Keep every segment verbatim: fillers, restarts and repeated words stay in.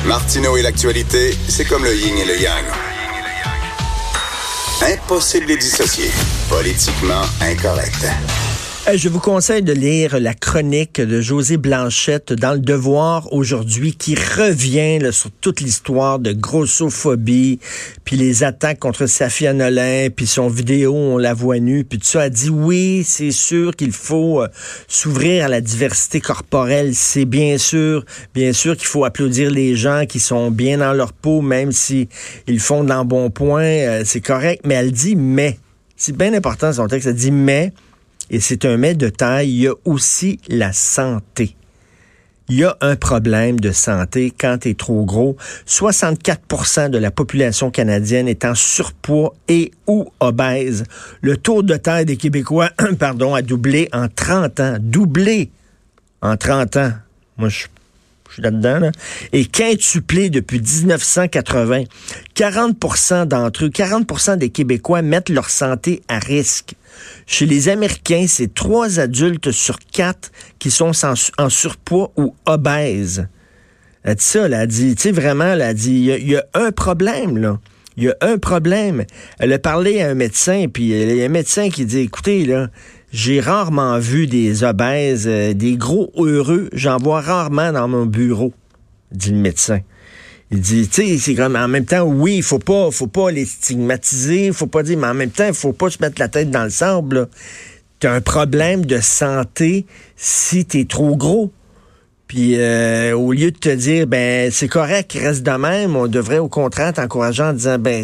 Martineau et l'actualité, c'est comme le yin et le yang. Impossible de les dissocier. Politiquement incorrect. Je vous conseille de lire la chronique de José Blanchette dans Le Devoir aujourd'hui, qui revient là, sur toute l'histoire de grossophobie, puis les attaques contre Safia Nolin, puis son vidéo, on la voit nue, puis tout ça. Elle dit oui, c'est sûr qu'il faut euh, s'ouvrir à la diversité corporelle. C'est bien sûr, bien sûr qu'il faut applaudir les gens qui sont bien dans leur peau, même si ils font d'embonpoint, euh, c'est correct. Mais elle dit mais. C'est bien important son texte. Elle dit mais. Et c'est un mais de taille, il y a aussi la santé. Il y a un problème de santé quand tu es trop gros. soixante-quatre pour cent de la population canadienne est en surpoids et ou obèse. Le taux de taille des Québécois pardon, a doublé en trente ans. Doublé en trente ans. Moi, je Je suis là-dedans, là. Et quintuplé depuis dix-neuf cent quatre-vingts. quarante pour cent d'entre eux, quarante pour cent des Québécois mettent leur santé à risque. Chez les Américains, c'est trois adultes sur quatre qui sont en, en surpoids ou obèses. Elle dit ça, elle a dit, tu sais, vraiment, elle a dit, il y, y a un problème, là. Il y a un problème. Elle a parlé à un médecin, puis il y a un médecin qui dit, écoutez, là, j'ai rarement vu des obèses, euh, des gros heureux. J'en vois rarement dans mon bureau, dit le médecin. Il dit, tu sais, c'est comme, en même temps, oui, il faut pas, faut pas les stigmatiser, il faut pas dire, mais en même temps, il faut pas se mettre la tête dans le sable, là. T'as un problème de santé si t'es trop gros. Puis, euh, au lieu de te dire, ben, c'est correct, reste de même, on devrait, au contraire, t'encourager en disant, ben,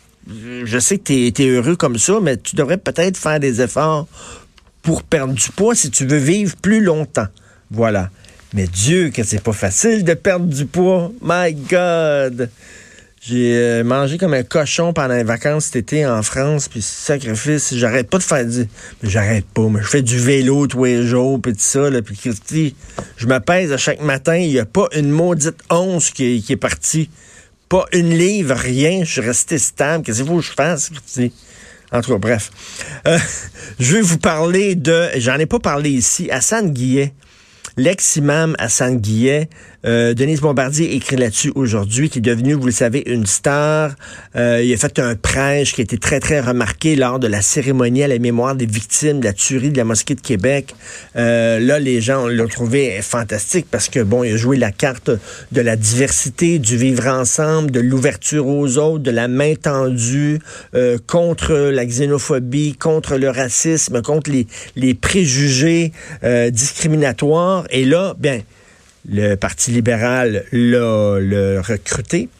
je sais que t'es, t'es heureux comme ça, mais tu devrais peut-être faire des efforts pour perdre du poids si tu veux vivre plus longtemps. Voilà. Mais Dieu, que c'est pas facile de perdre du poids. My God! J'ai euh, mangé comme un cochon pendant les vacances cet été en France, puis sacrifice, j'arrête pas de faire du... Mais j'arrête pas, mais je fais du vélo tous les jours, puis tout ça, là, puis Christy, je me pèse à chaque matin, il y a pas une maudite once qui, qui est partie. Pas une livre, rien, je suis resté stable. Qu'est-ce qu'il faut que je fasse, Christy? En tout cas, bref. Euh, je vais vous parler de... J'en ai pas parlé ici. Hassan Guillet. L'ex-imam Hassan Guillet, euh, Denise Bombardier écrit là-dessus aujourd'hui, qui est devenu, vous le savez, une star. Euh, il a fait un prêche qui a été très, très remarqué lors de la cérémonie à la mémoire des victimes de la tuerie de la mosquée de Québec. Euh, là, les gens l'ont trouvé fantastique parce que, bon, il a joué la carte de la diversité, du vivre ensemble, de l'ouverture aux autres, de la main tendue euh, contre la xénophobie, contre le racisme, contre les, les préjugés euh, discriminatoires. Et là, bien, le Parti libéral l'a, l'a recruté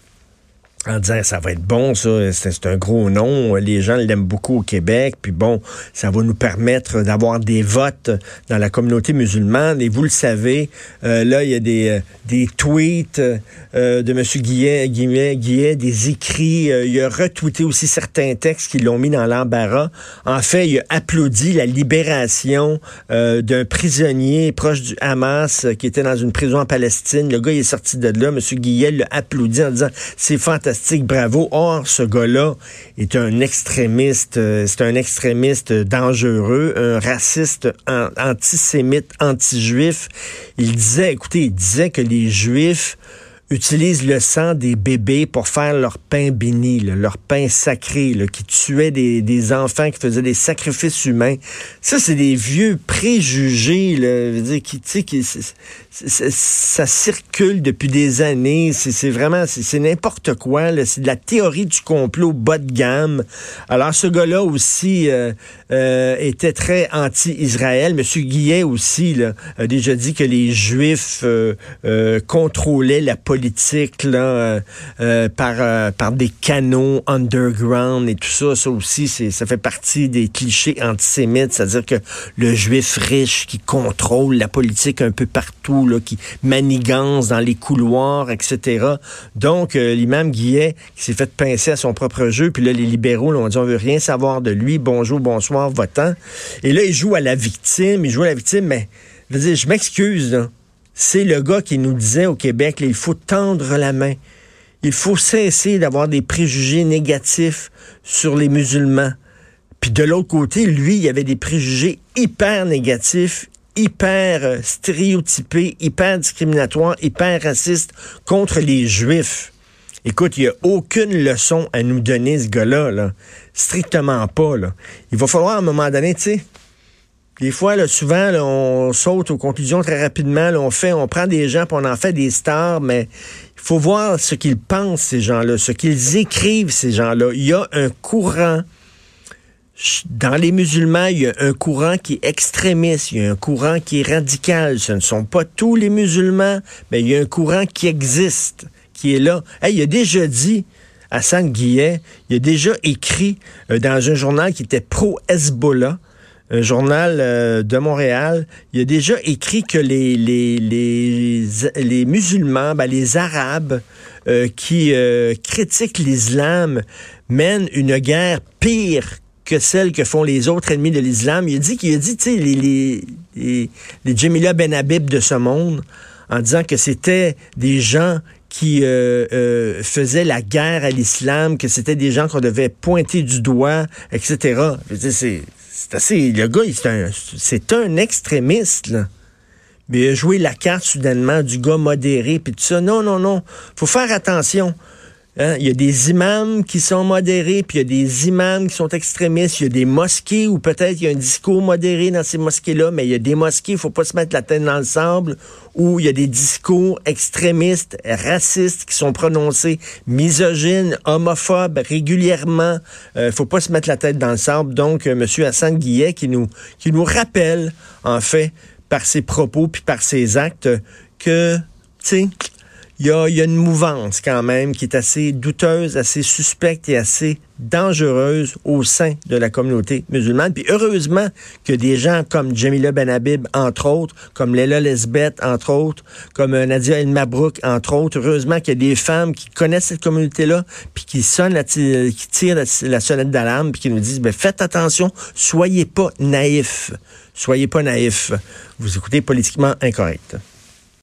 en disant ça va être bon, ça, c'est, c'est un gros nom, les gens l'aiment beaucoup au Québec, puis bon, ça va nous permettre d'avoir des votes dans la communauté musulmane. Et vous le savez, euh, là, il y a des, euh, des tweets euh, de M. Guillet, Guillet, Guillet, des écrits, euh, il a retweeté aussi certains textes qui l'ont mis dans l'embarras. En fait, il a applaudi la libération euh, d'un prisonnier proche du Hamas euh, qui était dans une prison en Palestine. Le gars, il est sorti de là, M. Guillet l'a applaudi en disant c'est fantastique. Bravo. Or, ce gars-là est un extrémiste, euh, c'est un extrémiste dangereux, un raciste, an- antisémite, anti-juif. Il disait, écoutez, il disait que les Juifs utilisent le sang des bébés pour faire leur pain béni, là, leur pain sacré, là, qui tuait des, des enfants, qui faisaient des sacrifices humains. Ça, c'est des vieux préjugés, là, je veux dire, qui, tu sais, qui, c'est, c'est, ça circule depuis des années. C'est, c'est vraiment, c'est, c'est n'importe quoi, là. C'est de la théorie du complot bas de gamme. Alors, ce gars-là aussi euh, euh, était très anti-Israël. Monsieur Guillet aussi, là, a déjà dit que les Juifs euh, euh, contrôlaient la politique politique là, euh, euh, par, euh, par des canaux underground et tout ça. Ça aussi, c'est, ça fait partie des clichés antisémites, c'est-à-dire que le juif riche qui contrôle la politique un peu partout, là, qui manigance dans les couloirs, et cetera. Donc, euh, l'imam Guillet qui s'est fait pincer à son propre jeu, puis là, les libéraux là, ont dit on veut rien savoir de lui, bonjour, bonsoir, votant. Et là, il joue à la victime, il joue à la victime, mais je veux dire, je m'excuse, là. C'est le gars qui nous disait au Québec, là, il faut tendre la main. Il faut cesser d'avoir des préjugés négatifs sur les musulmans. Puis de l'autre côté, lui, il y avait des préjugés hyper négatifs, hyper stéréotypé, hyper discriminatoire, hyper raciste contre les Juifs. Écoute, il n'y a aucune leçon à nous donner, ce gars-là, là. Strictement pas, là. Il va falloir, à un moment donné, tu sais, des fois, là, souvent, là, on saute aux conclusions très rapidement. Là, on fait, on prend des gens, puis on en fait des stars, mais il faut voir ce qu'ils pensent, ces gens-là, ce qu'ils écrivent, ces gens-là. Il y a un courant. Dans les musulmans, il y a un courant qui est extrémiste, il y a un courant qui est radical. Ce ne sont pas tous les musulmans, mais il y a un courant qui existe, qui est là. Hey, il a déjà dit, Hassan Guillet, il a déjà écrit euh, dans un journal qui était pro-Hezbollah, un journal euh, de Montréal, il a déjà écrit que les les les, les musulmans, ben, les Arabes euh, qui euh, critiquent l'islam mènent une guerre pire que celle que font les autres ennemis de l'islam. Il a dit qu'il a dit, tu sais, les les les, les Jamila Ben Habib de ce monde, en disant que c'était des gens qui euh, euh, faisaient la guerre à l'islam, que c'était des gens qu'on devait pointer du doigt, et cetera. Je veux dire, c'est C'est assez. Le gars, c'est un, c'est un extrémiste, là. Mais il a joué la carte soudainement du gars modéré, puis tout ça. Non, non, non. Faut faire attention. Hein? Il y a des imams qui sont modérés, puis il y a des imams qui sont extrémistes. Il y a des mosquées où peut-être il y a un discours modéré dans ces mosquées-là, mais il y a des mosquées, il faut pas se mettre la tête dans le sable, où il y a des discours extrémistes, racistes qui sont prononcés, misogynes, homophobes régulièrement. Euh, faut pas se mettre la tête dans le sable. Donc, euh, M. Hassan Guillet qui nous, qui nous rappelle, en fait, par ses propos puis par ses actes, que, tu sais, il y a, y a une mouvance quand même qui est assez douteuse, assez suspecte et assez dangereuse au sein de la communauté musulmane. Puis heureusement que des gens comme Jamila Ben Habib, entre autres, comme Leila Lesbeth, entre autres, comme Nadia El Mabrouk, entre autres, heureusement qu'il y a des femmes qui connaissent cette communauté-là, puis qui sonnent, la t- qui tirent la, la sonnette d'alarme, puis qui nous disent, ben faites attention, soyez pas naïfs. Soyez pas naïfs. Vous écoutez Politiquement Incorrect.